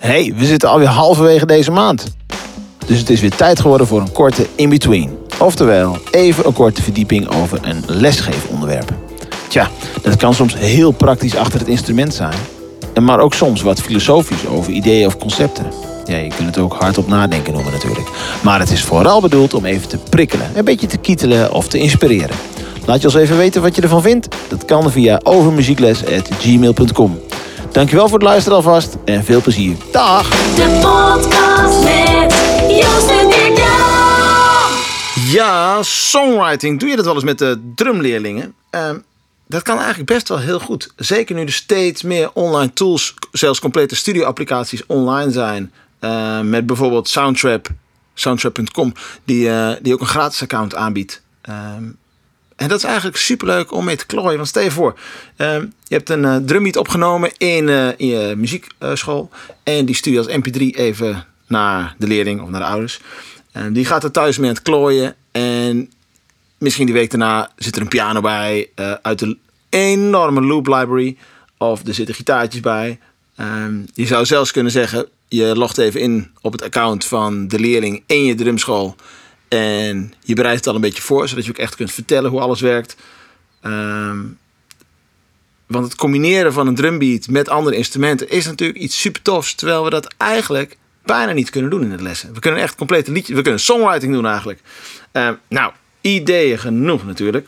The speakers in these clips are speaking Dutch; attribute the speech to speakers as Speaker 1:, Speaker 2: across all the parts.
Speaker 1: Hey, we zitten alweer halverwege deze maand. Dus het is weer tijd geworden voor een korte in-between. Oftewel, even een korte verdieping over een lesgeefonderwerp. Tja, dat kan soms heel praktisch achter het instrument zijn. Maar ook soms wat filosofisch over ideeën of concepten. Ja, je kunt het ook hardop nadenken noemen natuurlijk. Maar het is vooral bedoeld om even te prikkelen, een beetje te kietelen of te inspireren. Laat je ons even weten wat je ervan vindt. Dat kan via overmuziekles@gmail.com. Dankjewel voor het luisteren alvast en veel plezier. Dag!
Speaker 2: De podcast met Joost en Dirk-Jan.
Speaker 1: Ja, songwriting. Doe je dat wel eens met de drumleerlingen? Dat kan eigenlijk best wel heel goed. Zeker nu er steeds meer online tools, zelfs complete studio-applicaties online zijn. Met bijvoorbeeld Soundtrap.com, die ook een gratis account aanbiedt. En dat is eigenlijk superleuk om mee te klooien. Want stel je voor, je hebt een drumbeat opgenomen in je muziekschool. En die stuur je als mp3 even naar de leerling of naar de ouders. Die gaat er thuis mee aan het klooien. En misschien die week daarna zit er een piano bij uit de enorme loop library. Of er zitten gitaartjes bij. Je zou zelfs kunnen zeggen, je logt even in op het account van de leerling in je drumschool. En je bereidt het al een beetje voor, zodat je ook echt kunt vertellen hoe alles werkt. Want het combineren van een drumbeat met andere instrumenten is natuurlijk iets super tofs. Terwijl we dat eigenlijk bijna niet kunnen doen in het lessen. We kunnen echt complete liedjes, we kunnen songwriting doen eigenlijk. Nou, ideeën genoeg natuurlijk.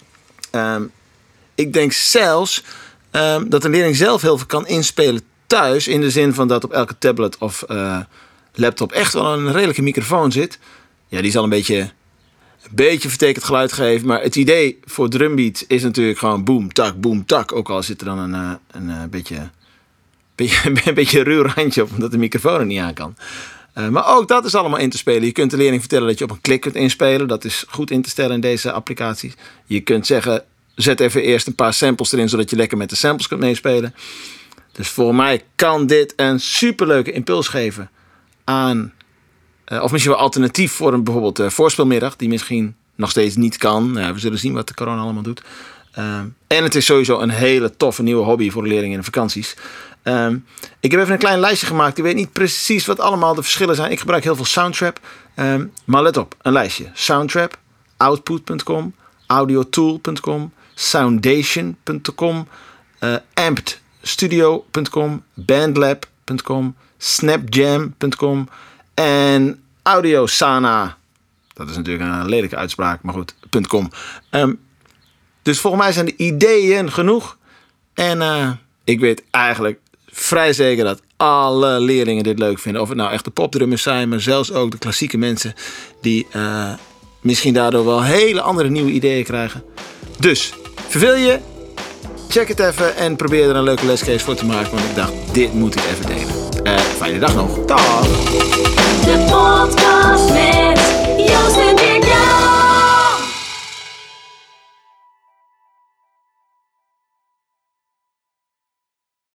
Speaker 1: Ik denk zelfs dat de leerling zelf heel veel kan inspelen thuis. In de zin van dat op elke tablet of laptop echt wel een redelijke microfoon zit. Ja, die zal een beetje vertekend geluid geven. Maar het idee voor drumbeat is natuurlijk gewoon boom, tak, boom, tak. Ook al zit er dan een beetje ruw randje op, omdat de microfoon er niet aan kan. Maar ook dat is allemaal in te spelen. Je kunt de leerling vertellen dat je op een klik kunt inspelen. Dat is goed in te stellen in deze applicaties. Je kunt zeggen, zet even eerst een paar samples erin, zodat je lekker met de samples kunt meespelen. Dus voor mij kan dit een superleuke impuls geven aan, of misschien wel alternatief voor een bijvoorbeeld voorspelmiddag, die misschien nog steeds niet kan. We zullen zien wat de corona allemaal doet. En het is sowieso een hele toffe nieuwe hobby voor de leerlingen in de vakanties. Ik heb even een klein lijstje gemaakt. Ik weet niet precies wat allemaal de verschillen zijn. Ik gebruik heel veel Soundtrap. Maar let op, een lijstje. Soundtrap, Output.com, Audiotool.com, Soundation.com, Ampedstudio.com, Bandlab.com, Snapjam.com en Audiosana. Dat is natuurlijk een lelijke uitspraak, maar goed, .com. Dus volgens mij zijn de ideeën genoeg. En ik weet eigenlijk vrij zeker dat alle leerlingen dit leuk vinden. Of het nou echt de popdrummers zijn, maar zelfs ook de klassieke mensen die misschien daardoor wel hele andere nieuwe ideeën krijgen. Dus, verveel je, check het even en probeer er een leuke lescase voor te maken. Want ik dacht, dit moet ik even delen. Fijne dag nog. Dag!
Speaker 2: De podcast met Joost en Dirk-Jan.